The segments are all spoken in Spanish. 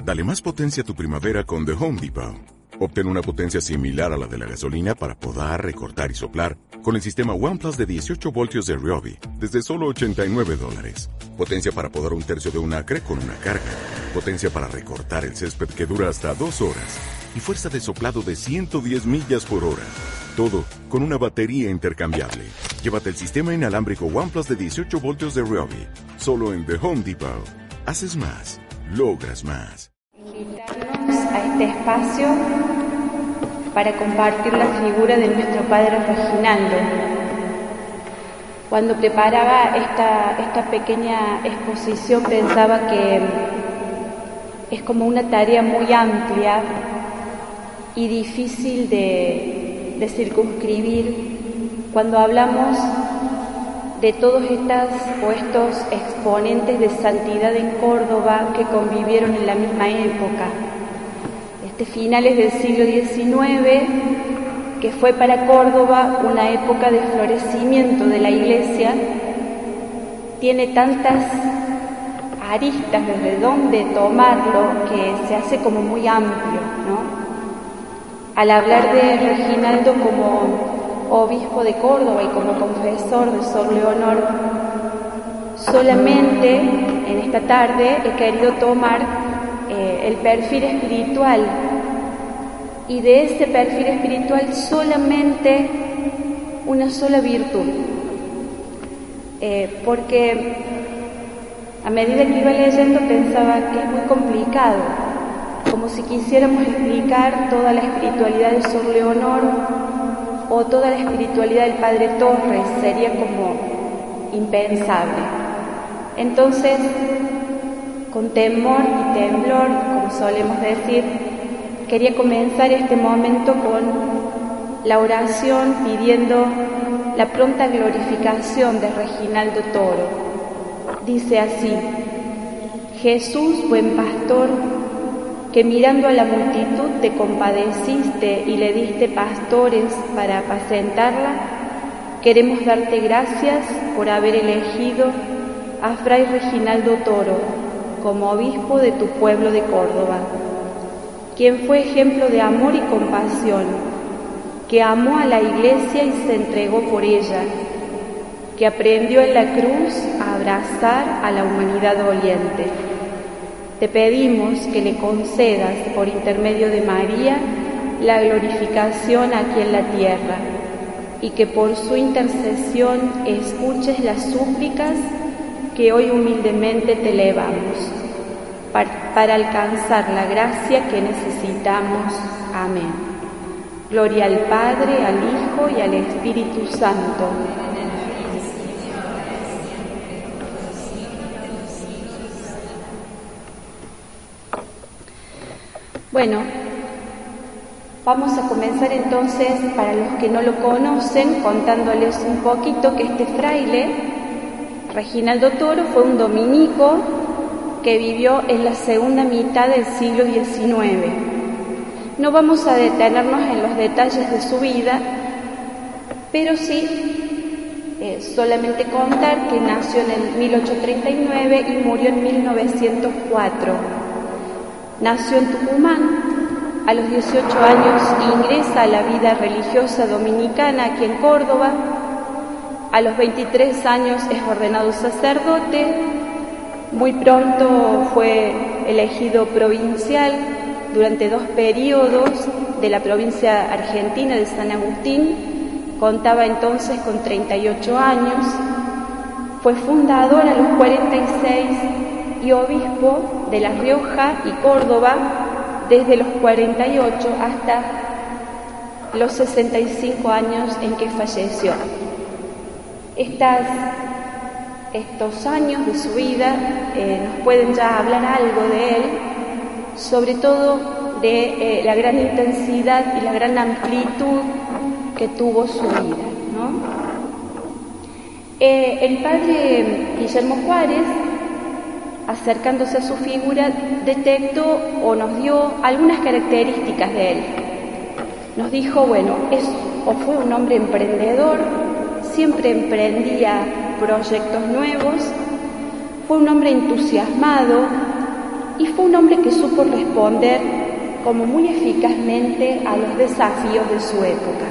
Dale más potencia a tu primavera con The Home Depot. Obtén una potencia similar a la de la gasolina para podar, recortar y soplar con el sistema OnePlus de 18 voltios de Ryobi desde solo $89. Potencia para podar un tercio de un acre con una carga. Potencia para recortar el césped que dura hasta 2 horas. Y fuerza de soplado de 110 millas por hora. Todo con una batería intercambiable. Llévate el sistema inalámbrico OnePlus de 18 voltios de Ryobi. Solo en The Home Depot. Haces más. Logras más. Invitarnos a este espacio para compartir la figura de nuestro padre Reginaldo. Cuando preparaba esta pequeña exposición pensaba que es como una tarea muy amplia y difícil de circunscribir cuando hablamos de todos estos exponentes de santidad en Córdoba que convivieron en la misma época. Finales del siglo XIX, que fue para Córdoba una época de florecimiento de la Iglesia, tiene tantas aristas desde donde tomarlo que se hace como muy amplio, ¿no? Al hablar de Reginaldo como obispo de Córdoba y como confesor de Sor Leonor, solamente en esta tarde he querido tomar el perfil espiritual, y de ese perfil espiritual solamente una sola virtud, porque a medida que iba leyendo pensaba que es muy complicado, como si quisiéramos explicar toda la espiritualidad de Sor Leonor o toda la espiritualidad del Padre Torres, sería como impensable. Entonces, con temor y temblor, como solemos decir, quería comenzar este momento con la oración pidiendo la pronta glorificación de Reginaldo Toro. Dice así: Jesús, buen pastor, que mirando a la multitud te compadeciste y le diste pastores para apacentarla, queremos darte gracias por haber elegido a Fray Reginaldo Toro como obispo de tu pueblo de Córdoba, quien fue ejemplo de amor y compasión, que amó a la Iglesia y se entregó por ella, que aprendió en la cruz a abrazar a la humanidad doliente. Te pedimos que le concedas, por intermedio de María, la glorificación aquí en la tierra, y que por su intercesión escuches las súplicas que hoy humildemente te elevamos, para alcanzar la gracia que necesitamos. Amén. Gloria al Padre, al Hijo y al Espíritu Santo. Bueno, vamos a comenzar entonces, para los que no lo conocen, contándoles un poquito que este fraile, Reginaldo Toro, fue un dominico que vivió en la segunda mitad del siglo XIX. No vamos a detenernos en los detalles de su vida, pero sí solamente contar que nació en el 1839 y murió en 1904. Nació en Tucumán. A los 18 años ingresa a la vida religiosa dominicana aquí en Córdoba. A los 23 años es ordenado sacerdote. Muy pronto fue elegido provincial durante 2 periodos de la provincia argentina de San Agustín. Contaba entonces con 38 años. Fue fundador a los 46 y obispo de La Rioja y Córdoba desde los 48 hasta los 65 años en que falleció. Estos años de su vida nos pueden ya hablar algo de él, sobre todo de la gran intensidad y la gran amplitud que tuvo su vida, ¿no? El padre Guillermo Juárez, acercándose a su figura, detectó o nos dio algunas características de él. Nos dijo, bueno, fue un hombre emprendedor, siempre emprendía proyectos nuevos, fue un hombre entusiasmado, y fue un hombre que supo responder como muy eficazmente a los desafíos de su época.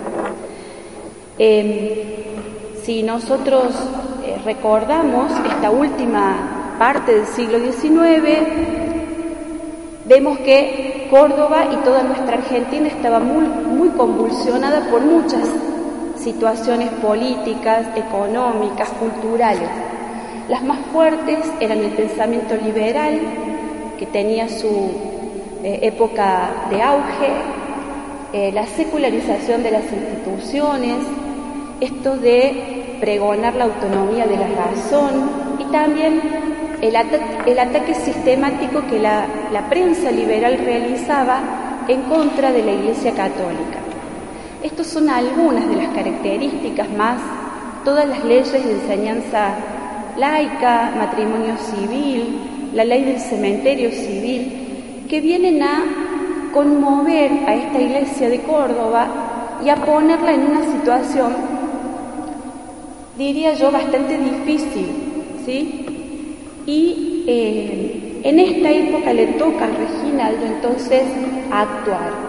Si nosotros recordamos esta última parte del siglo XIX, vemos que Córdoba y toda nuestra Argentina estaba muy convulsionada por muchas situaciones políticas, económicas, culturales. Las más fuertes eran el pensamiento liberal, que tenía su época de auge, la secularización de las instituciones, esto de pregonar la autonomía de la razón y también el ataque sistemático que la prensa liberal realizaba en contra de la Iglesia Católica. Estas son algunas de las características más, todas las leyes de enseñanza laica, matrimonio civil, la ley del cementerio civil, que vienen a conmover a esta iglesia de Córdoba y a ponerla en una situación, diría yo, bastante difícil, ¿sí? Y en esta época le toca a Reginaldo entonces actuar.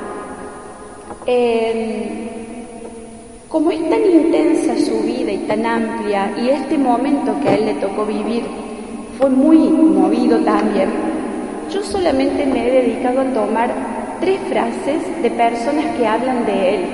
Como es tan intensa su vida y tan amplia, y este momento que a él le tocó vivir fue muy movido también, yo solamente me he dedicado a tomar 3 frases de personas que hablan de él.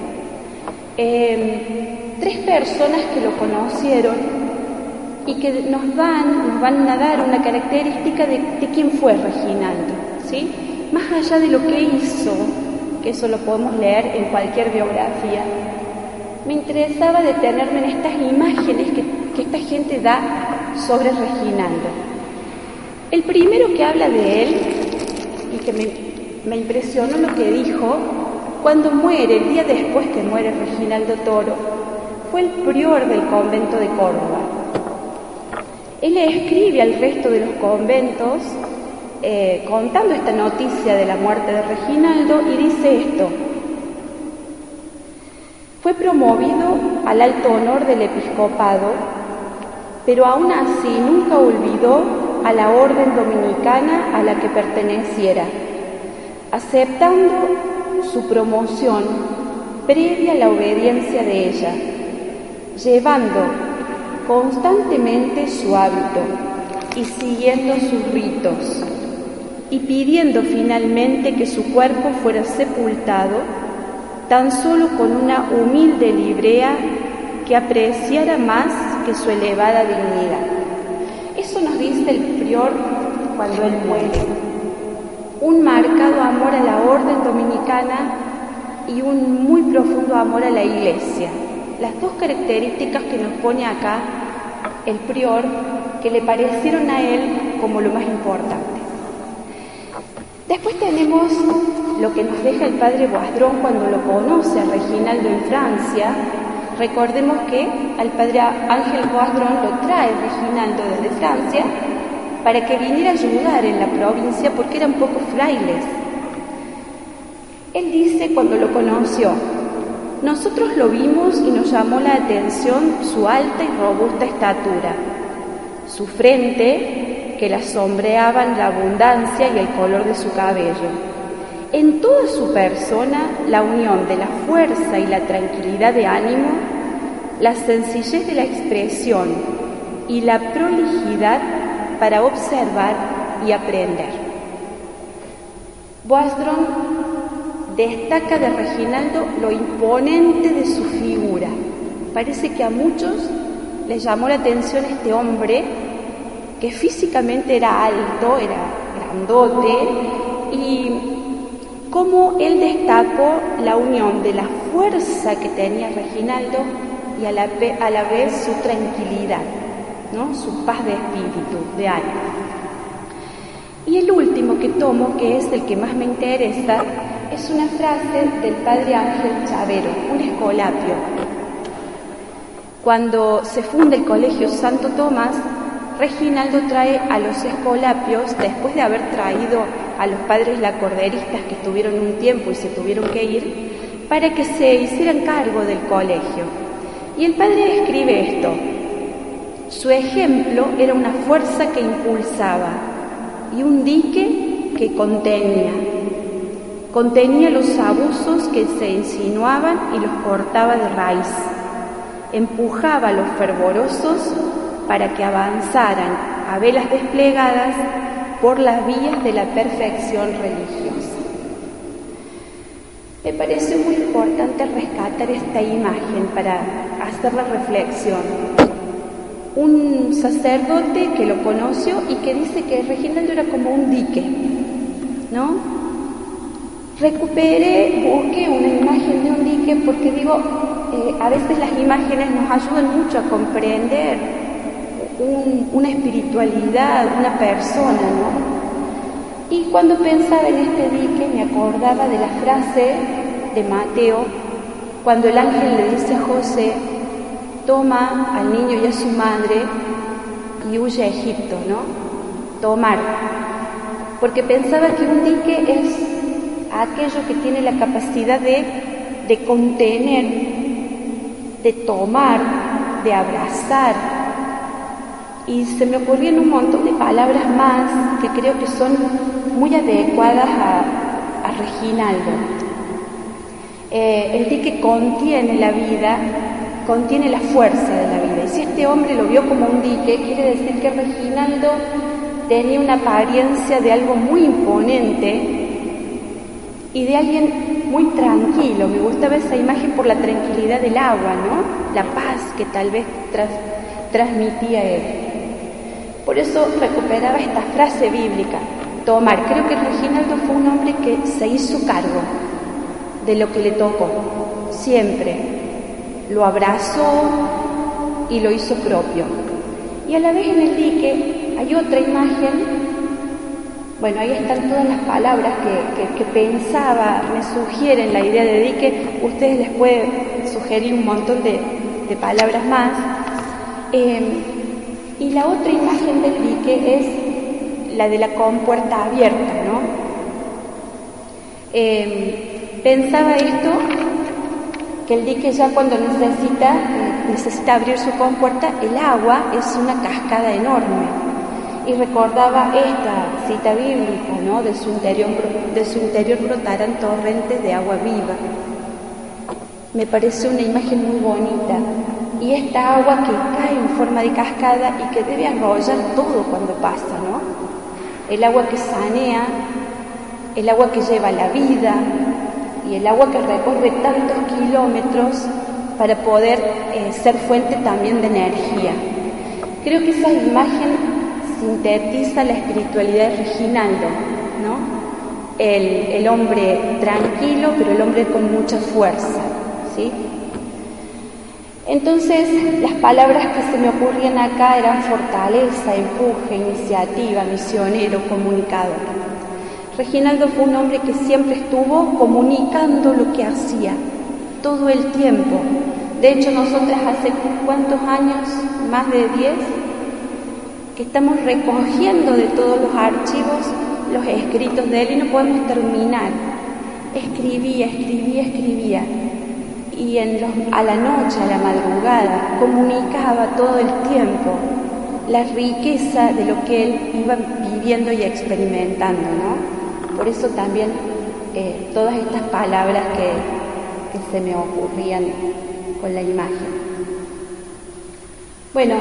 3 personas que lo conocieron y que nos van a dar una característica de quién fue Reginaldo, ¿sí? Más allá de lo que hizo, que eso lo podemos leer en cualquier biografía, me interesaba detenerme en estas imágenes que esta gente da sobre Reginaldo. El primero que habla de él, y que me impresionó lo que dijo, cuando muere, el día después que muere Reginaldo Toro, fue el prior del convento de Córdoba. Él escribe al resto de los conventos contando esta noticia de la muerte de Reginaldo y dice esto: fue promovido al alto honor del episcopado, pero aún así nunca olvidó a la orden dominicana a la que perteneciera, aceptando su promoción previa a la obediencia de ella, llevando constantemente su hábito y siguiendo sus ritos, y pidiendo finalmente que su cuerpo fuera sepultado tan solo con una humilde librea que apreciara más que su elevada dignidad. Eso nos dice el prior cuando él muere. Un marcado amor a la orden dominicana y un muy profundo amor a la Iglesia. Las 2 características que nos pone acá el prior, que le parecieron a él como lo más importante. Después tenemos lo que nos deja el padre Boisdron cuando lo conoce a Reginaldo en Francia. Recordemos que al padre Ángel Boisdron lo trae Reginaldo desde Francia para que viniera a ayudar en la provincia porque eran pocos frailes. Él dice cuando lo conoció: nosotros lo vimos y nos llamó la atención su alta y robusta estatura, su frente, que la sombreaban la abundancia y el color de su cabello. En toda su persona, la unión de la fuerza y la tranquilidad de ánimo, la sencillez de la expresión y la prolijidad para observar y aprender. Boisdron destaca de Reginaldo lo imponente de su figura. Parece que a muchos les llamó la atención este hombre, que físicamente era alto, era grandote, y cómo él destacó la unión de la fuerza que tenía Reginaldo y a la vez su tranquilidad, ¿no? Su paz de espíritu, de ánimo. Y el último que tomo, que es el que más me interesa, es una frase del padre Ángel Chavero, un escolapio. Cuando se funda el Colegio Santo Tomás, Reginaldo trae a los escolapios, después de haber traído a los padres lacorderistas que estuvieron un tiempo y se tuvieron que ir, para que se hicieran cargo del colegio. Y el padre escribe esto: su ejemplo era una fuerza que impulsaba, y un dique que contenía los abusos que se insinuaban y los cortaba de raíz. Empujaba a los fervorosos para que avanzaran a velas desplegadas por las vías de la perfección religiosa. Me parece muy importante rescatar esta imagen para hacer la reflexión. Un sacerdote que lo conoció y que dice que Reginaldo era como un dique, ¿no? Busqué una imagen de un dique porque digo, a veces las imágenes nos ayudan mucho a comprender una espiritualidad, una persona, ¿no? Y cuando pensaba en este dique me acordaba de la frase de Mateo, cuando el ángel le dice a José, toma al niño y a su madre y huye a Egipto, ¿no? Tomar. Porque pensaba que un dique es aquello que tiene la capacidad de contener, de tomar, de abrazar. Y se me ocurrían un montón de palabras más que creo que son muy adecuadas a Reginaldo. El dique contiene la vida, contiene la fuerza de la vida. Y si este hombre lo vio como un dique, quiere decir que Reginaldo tenía una apariencia de algo muy imponente y de alguien muy tranquilo. Me gustaba esa imagen por la tranquilidad del agua, ¿no? La paz que tal vez transmitía él. Por eso recuperaba esta frase bíblica, tomar. Creo que Reginaldo fue un hombre que se hizo cargo de lo que le tocó, siempre. Lo abrazó y lo hizo propio. Y a la vez en el dique hay otra imagen. Bueno, ahí están todas las palabras que pensaba, me sugieren la idea de dique. Ustedes les pueden sugerir un montón de palabras más. Y la otra imagen del dique es la de la compuerta abierta, ¿no? Pensaba esto, que el dique ya cuando necesita abrir su compuerta, el agua es una cascada enorme. Y recordaba esta cita bíblica, ¿no? De su interior brotarán torrentes de agua viva. Me parece una imagen muy bonita. Y esta agua que cae en forma de cascada y que debe arrollar todo cuando pasa, ¿no? El agua que sanea, el agua que lleva la vida y el agua que recorre tantos kilómetros para poder ser fuente también de energía. Creo que esa imagen sintetiza la espiritualidad de Reginaldo, ¿no? El hombre tranquilo, pero el hombre con mucha fuerza, ¿sí? Entonces, las palabras que se me ocurrían acá eran fortaleza, empuje, iniciativa, misionero, comunicador. Reginaldo fue un hombre que siempre estuvo comunicando lo que hacía, todo el tiempo. De hecho, nosotras hace ¿cuántos años? Más de 10, que estamos recogiendo de todos los archivos los escritos de él y no podemos terminar. Escribía. Y a la noche, a la madrugada, comunicaba todo el tiempo la riqueza de lo que él iba viviendo y experimentando, ¿no? Por eso también todas estas palabras que se me ocurrían con la imagen. Bueno,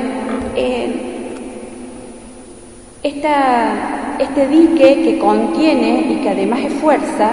este dique que contiene y que además es fuerza,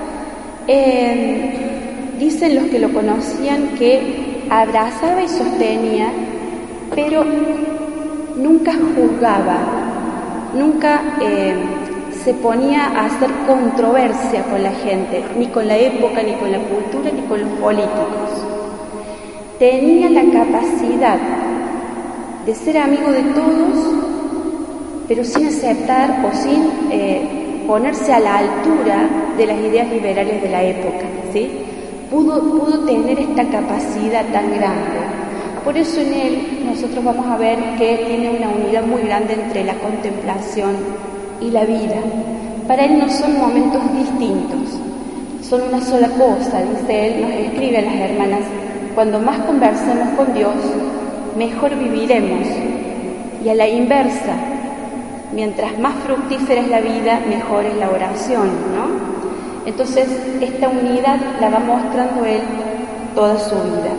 dicen los que lo conocían que abrazaba y sostenía, pero nunca juzgaba, nunca se ponía a hacer controversia con la gente, ni con la época, ni con la cultura, ni con los políticos. Tenía la capacidad de ser amigo de todos, pero sin aceptar o sin ponerse a la altura de las ideas liberales de la época, ¿sí? Pudo tener esta capacidad tan grande. Por eso en él nosotros vamos a ver que tiene una unidad muy grande entre la contemplación y la vida. Para él no son momentos distintos, son una sola cosa, dice él, nos escribe a las hermanas, cuando más conversemos con Dios, mejor viviremos. Y a la inversa, mientras más fructífera es la vida, mejor es la oración, ¿no? Entonces, esta unidad la va mostrando él toda su vida.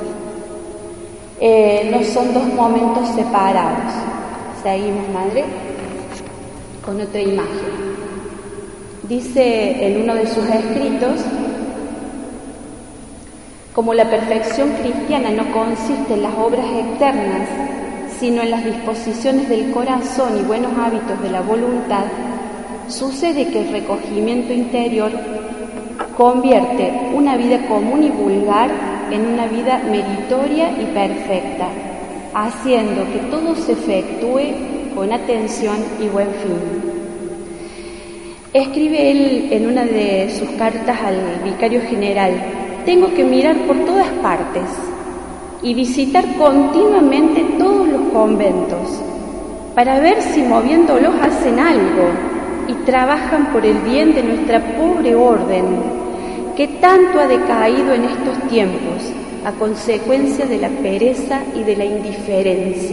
No son dos momentos separados. Seguimos, madre, con otra imagen. Dice en uno de sus escritos: como la perfección cristiana no consiste en las obras externas, sino en las disposiciones del corazón y buenos hábitos de la voluntad, sucede que el recogimiento interior convierte una vida común y vulgar en una vida meritoria y perfecta, haciendo que todo se efectúe con atención y buen fin. Escribe él en una de sus cartas al vicario general: tengo que mirar por todas partes y visitar continuamente todos los conventos para ver si moviéndolos hacen algo y trabajan por el bien de nuestra pobre orden, que tanto ha decaído en estos tiempos a consecuencia de la pereza y de la indiferencia.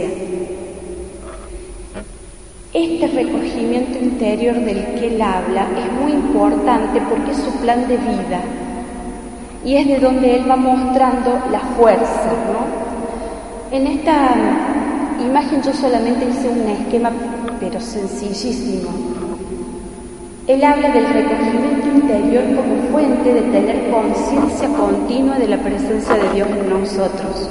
Este recogimiento interior del que él habla es muy importante porque es su plan de vida y es de donde él va mostrando la fuerza, ¿no? En esta imagen yo solamente hice un esquema, pero sencillísimo. Él habla del recogimiento interior como fuente de tener conciencia continua de la presencia de Dios en nosotros.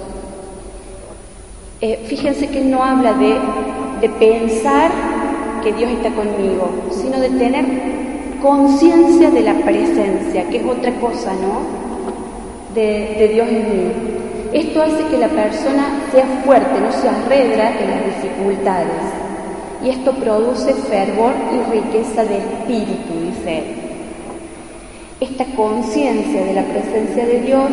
Fíjense que él no habla de pensar que Dios está conmigo, sino de tener conciencia de la presencia, que es otra cosa, ¿no? De Dios en mí. Esto hace que la persona sea fuerte, no se arredra en las dificultades. Y esto produce fervor y riqueza de espíritu, dice él. Esta conciencia de la presencia de Dios,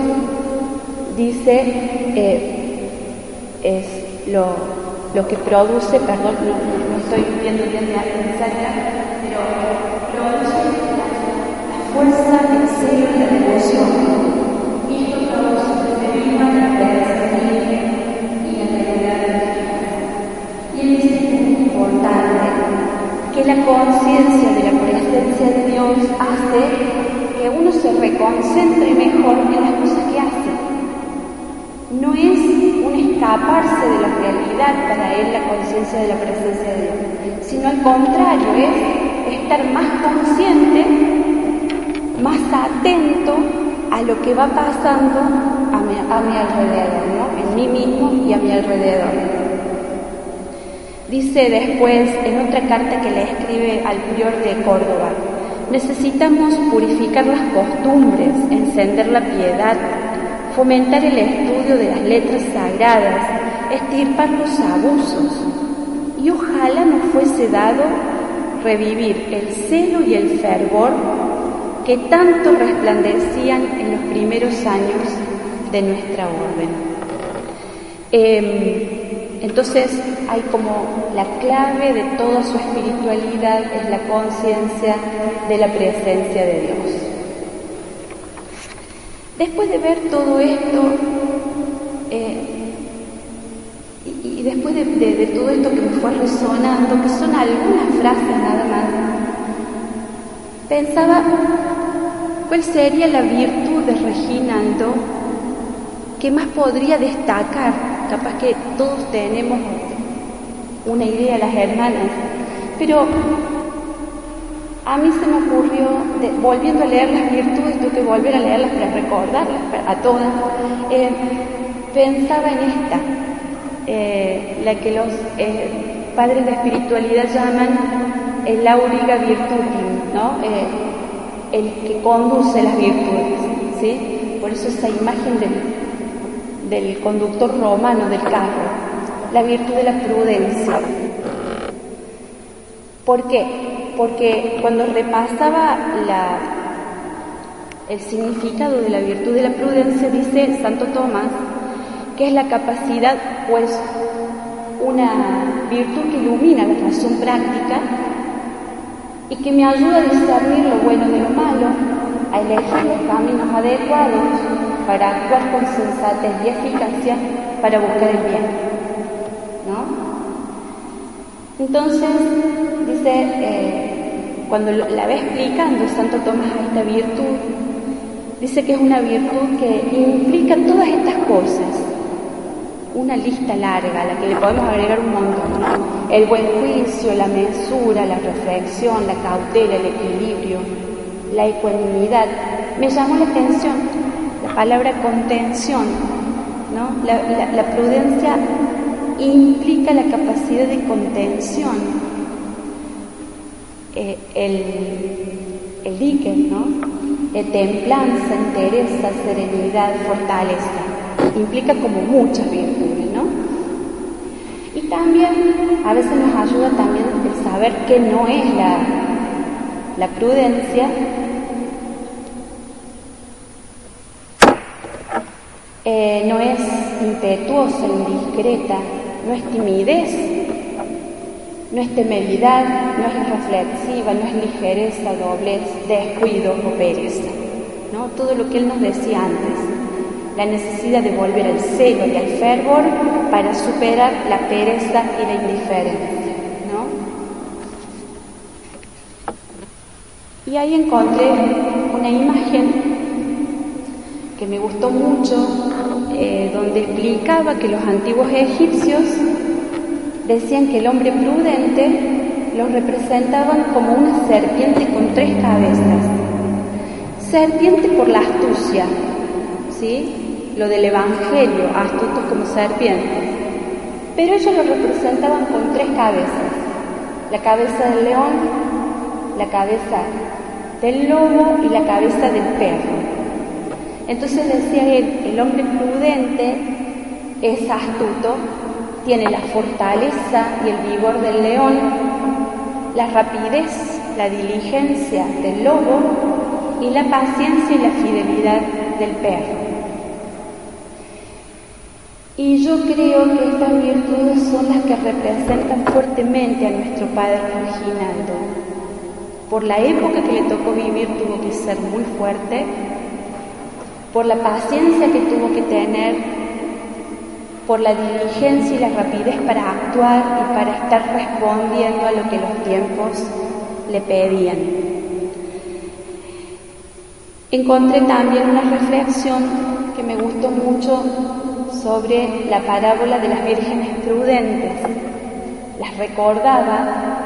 dice, es lo que produce, perdón, no estoy viendo bien de cerca, pero produce la fuerza, el celo y la devoción. Y esto produce el la presencia y la realidad de Dios. Y él dice que es muy importante que la conciencia de la presencia de Dios hace que uno se reconcentre mejor en las cosas que hace. No es un escaparse de la realidad para él la conciencia de la presencia de Dios, sino al contrario, es estar más consciente, más atento a lo que va pasando a mi alrededor, ¿no? En mí mismo y a mi alrededor. Dice después, en otra carta que le escribe al prior de Córdoba: necesitamos purificar las costumbres, encender la piedad, fomentar el estudio de las letras sagradas, extirpar los abusos, y ojalá nos fuese dado revivir el celo y el fervor que tanto resplandecían en los primeros años de nuestra orden. Entonces hay como la clave de toda su espiritualidad es la conciencia de la presencia de Dios. Después de ver todo esto, y después de todo esto que me fue resonando, que son algunas frases nada más, pensaba cuál sería la virtud de Reginaldo que más podría destacar. Capaz que todos tenemos una idea, las hermanas, pero a mí se me ocurrió, volviendo a leer las virtudes, tengo que volver a leerlas para recordarlas a todas, pensaba en esta, la que los padres de espiritualidad llaman el auriga virtutum, ¿no? El que conduce las virtudes, ¿sí? Por eso esa imagen del conductor romano del carro, la virtud de la prudencia. ¿Por qué? Porque cuando repasaba el significado de la virtud de la prudencia, dice Santo Tomás, que es la capacidad, pues, una virtud que ilumina la razón práctica y que me ayuda a discernir lo bueno de lo malo, a elegir los caminos adecuados para actuar con sensatez y eficacia para buscar el bien, ¿no? Entonces, dice, cuando la ve explicando Santo Tomás a esta virtud, dice que es una virtud que implica todas estas cosas, una lista larga a la que le podemos agregar un montón, ¿no? El buen juicio, la mesura, la reflexión, la cautela, el equilibrio, la ecuanimidad. Me llamó la atención la palabra contención, ¿no? La prudencia implica la capacidad de contención, el líquen, ¿no? Templanza, entereza, serenidad, fortaleza. Implica como muchas virtudes, ¿no? Y también a veces nos ayuda también el saber que no es la prudencia. No es impetuosa, indiscreta, no es timidez, no es temeridad, no es irreflexiva, no es ligereza, doblez, descuido o pereza, ¿no? Todo lo que él nos decía antes, la necesidad de volver al celo y al fervor para superar la pereza y la indiferencia, ¿no? Y ahí encontré una imagen que me gustó mucho, donde explicaba que los antiguos egipcios decían que el hombre prudente lo representaban como una serpiente con 3 cabezas. Serpiente por la astucia, ¿sí? Lo del Evangelio, astutos como serpientes. Pero ellos lo representaban con 3 cabezas. La cabeza del león, la cabeza del lobo y la cabeza del perro. Entonces decía él, el hombre prudente es astuto, tiene la fortaleza y el vigor del león, la rapidez, la diligencia del lobo y la paciencia y la fidelidad del perro. Y yo creo que estas virtudes son las que representan fuertemente a nuestro padre Reginaldo. Por la época que le tocó vivir tuvo que ser muy fuerte, por la paciencia que tuvo que tener, por la diligencia y la rapidez para actuar y para estar respondiendo a lo que los tiempos le pedían. Encontré también una reflexión que me gustó mucho sobre la parábola de las vírgenes prudentes. Las recordaba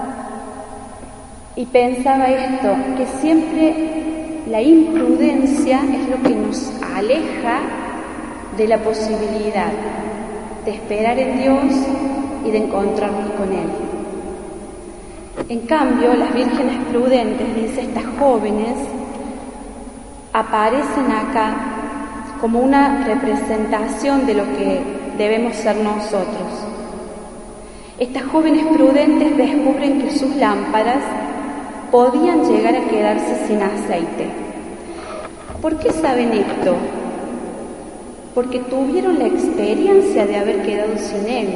y pensaba esto, que siempre la imprudencia es lo que nos aleja de la posibilidad de esperar en Dios y de encontrarnos con Él. En cambio, las vírgenes prudentes, dice, estas jóvenes, aparecen acá como una representación de lo que debemos ser nosotros. Estas jóvenes prudentes descubren que sus lámparas podían llegar a quedarse sin aceite. ¿Por qué saben esto? Porque tuvieron la experiencia de haber quedado sin él.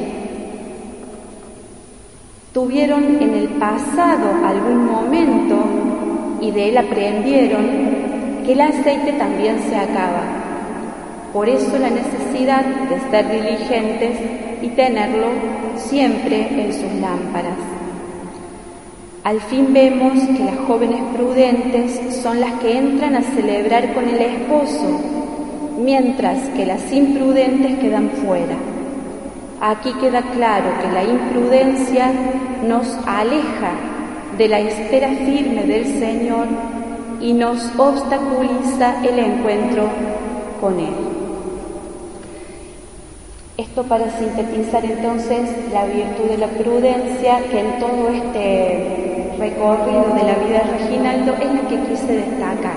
Tuvieron en el pasado algún momento y de él aprendieron que el aceite también se acaba. Por eso la necesidad de ser diligentes y tenerlo siempre en sus lámparas. Al fin vemos que las jóvenes prudentes son las que entran a celebrar con el esposo, mientras que las imprudentes quedan fuera. Aquí queda claro que la imprudencia nos aleja de la espera firme del Señor y nos obstaculiza el encuentro con Él. Esto para sintetizar entonces la virtud de la prudencia, que en todo este recorrido de la vida de Reginaldo es la que quise destacar.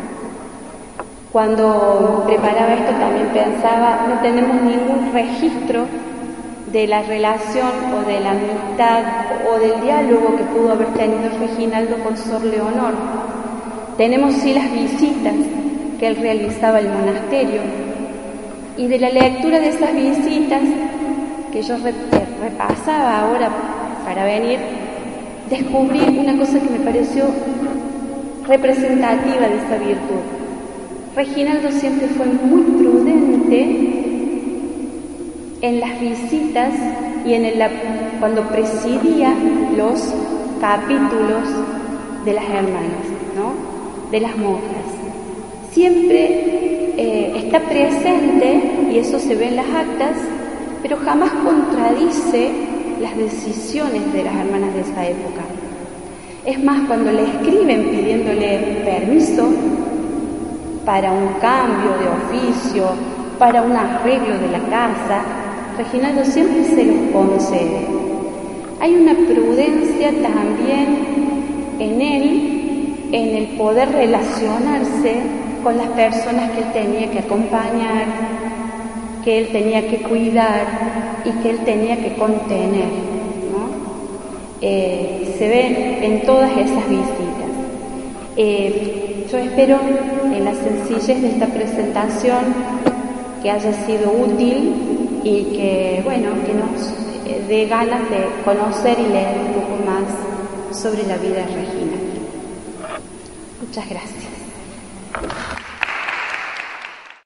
Cuando preparaba esto también pensaba, no tenemos ningún registro de la relación o de la amistad o del diálogo que pudo haber tenido Reginaldo con Sor Leonor. Tenemos sí las visitas que él realizaba al monasterio, y de la lectura de esas visitas que yo repasaba ahora para venir, descubrí una cosa que me pareció representativa de esa virtud. Reginaldo siempre fue muy prudente en las visitas y en cuando presidía los capítulos de las hermanas, ¿no? De las monjas. Siempre está presente, y eso se ve en las actas, pero jamás contradice las decisiones de las hermanas de esa época. Es más, cuando le escriben pidiéndole permiso para un cambio de oficio, para un arreglo de la casa, Reginaldo siempre se los concede. Hay una prudencia también en él, en el poder relacionarse con las personas que él tenía que acompañar, que él tenía que cuidar y que él tenía que contener, ¿no? Se ve en todas esas visitas. Yo espero en la sencillez de esta presentación que haya sido útil y que, bueno, que nos dé ganas de conocer y leer un poco más sobre la vida de Regina. Muchas gracias.